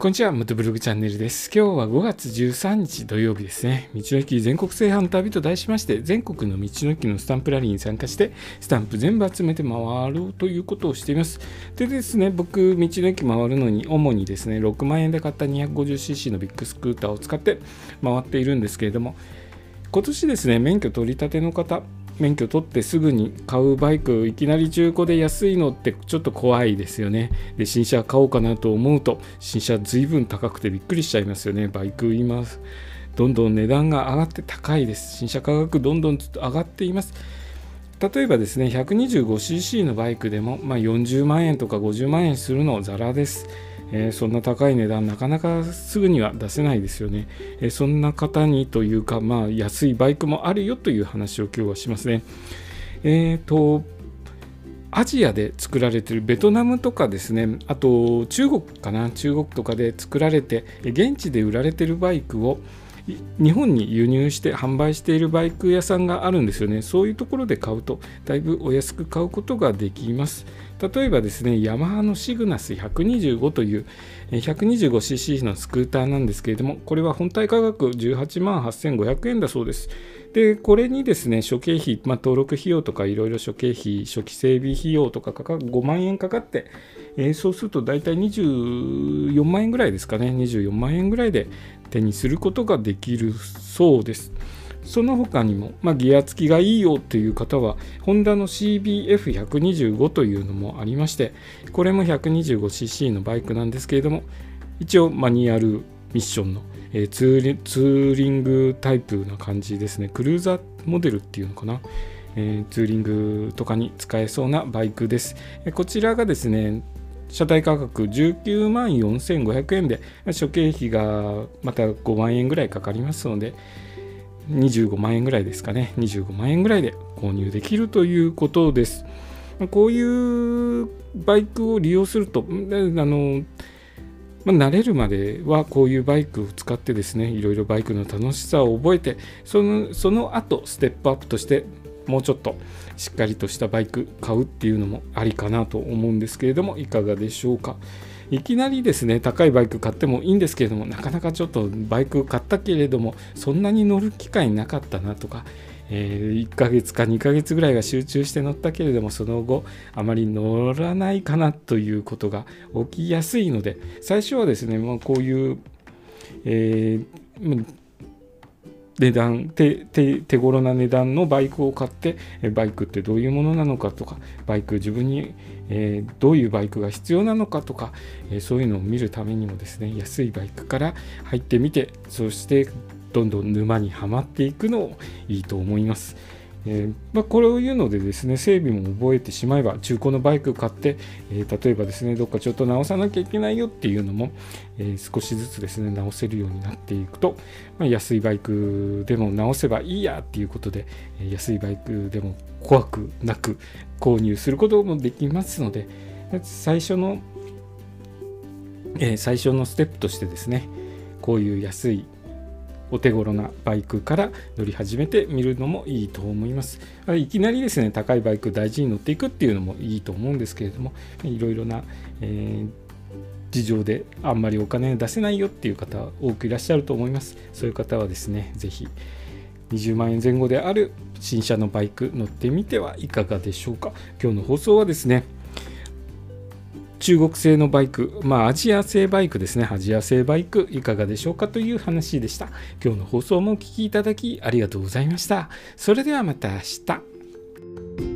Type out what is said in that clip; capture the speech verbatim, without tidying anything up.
こんにちは、ムトブログチャンネルです。今日はごがつじゅうさんにち土曜日ですね。道の駅全国制覇の旅と題しまして、全国の道の駅のスタンプラリーに参加して、スタンプ全部集めて回ろうということをしています。でですね、僕、道の駅回るのに、主にですね、ろくまんえんで買った にひゃくごじゅうシーシー のビッグスクーターを使って回っているんですけれども、今年ですね、免許取り立ての方、免許取ってすぐに買うバイク、いきなり中古で安いのってちょっと怖いですよね。で、新車買おうかなと思うと、新車ずいぶん高くてびっくりしちゃいますよね。バイク今どんどん値段が上がって高いです。新車価格どんどん上がっています。例えばですね、 ひゃくにじゅうごシーシー のバイクでも、まあ、よんじゅうまんえんとかごじゅうまんえんするのザラです。えー、そんな高い値段なかなかすぐには出せないですよね。えー、そんな方にというか、まあ、安いバイクもあるよという話を今日はしますね。えーとアジアで作られているベトナムとかですね、あと中国かな、中国とかで作られて現地で売られているバイクを日本に輸入して販売しているバイク屋さんがあるんですよね。そういうところで買うとだいぶお安く買うことができます。例えばですね、ヤマハのシグナスひゃくにじゅうごという ひゃくにじゅうごシーシー のスクーターなんですけれども、これは本体価格じゅうはちまんはっせんごひゃくえんだそうです。で、これにですね、諸経費、まあ、登録費用とかいろいろ諸経費、初期整備費用とかかかごまんえんかかって、えー、そうすると大体にじゅうよんまんえんぐらいですかね、にじゅうよんまんえんぐらいで手にすることができるそうです。その他にも、まあ、ギア付きがいいよという方は、ホンダの シービーエフひゃくにじゅうご というのもありまして、これも ひゃくにじゅうごシーシー のバイクなんですけれども、一応マニュアルミッションの、えー、ツーリ、ツーリングタイプな感じですね。クルーザーモデルっていうのかな。えー、ツーリングとかに使えそうなバイクです。えー、こちらがですね、車体価格じゅうきゅうまんよんせんごひゃくえんで、諸経費がまたごまんえんぐらいかかりますので、にじゅうごまんえんぐらいですかね、にじゅうごまんえんぐらいで購入できるということです。こういうバイクを利用すると、あの、まあ、慣れるまではこういうバイクを使ってですね、いろいろバイクの楽しさを覚えて、その、その後ステップアップとしてもうちょっとしっかりとしたバイク買うっていうのもありかなと思うんですけれども、いかがでしょうか。いきなりですね、高いバイク買ってもいいんですけれども、なかなかちょっとバイク買ったけれどもそんなに乗る機会なかったなとか、えー、いっかげつかにかげつぐらいは集中して乗ったけれども、その後あまり乗らないかなということが起きやすいので、最初はですね、まあ、こういう、えー値段 手, 手, 手頃な値段のバイクを買って、バイクってどういうものなのかとか、バイク自分に、えー、どういうバイクが必要なのかとか、えー、そういうのを見るためにもですね、安いバイクから入ってみて、そしてどんどん沼にはまっていくのをいいと思います。えーまあ、これを言うのでですね、整備も覚えてしまえば、中古のバイク買って、えー、例えばですね、どっかちょっと直さなきゃいけないよっていうのも、えー、少しずつですね、直せるようになっていくと、まあ、安いバイクでも直せばいいやっていうことで、えー、安いバイクでも怖くなく購入することもできますので、最初の、えー、最初のステップとしてですね、こういう安いお手頃なバイクから乗り始めてみるのもいいと思います。いきなりですね、高いバイク大事に乗っていくっていうのもいいと思うんですけれども、いろいろな、えー、事情であんまりお金出せないよっていう方多くいらっしゃると思います。そういう方はですね、ぜひにじゅうまんえんぜん後である新車のバイク乗ってみてはいかがでしょうか。今日の放送はですね、中国製のバイク、まあアジア製バイクですね、アジア製バイクいかがでしょうかという話でした。今日の放送もお聞きいただきありがとうございました。それではまた明日。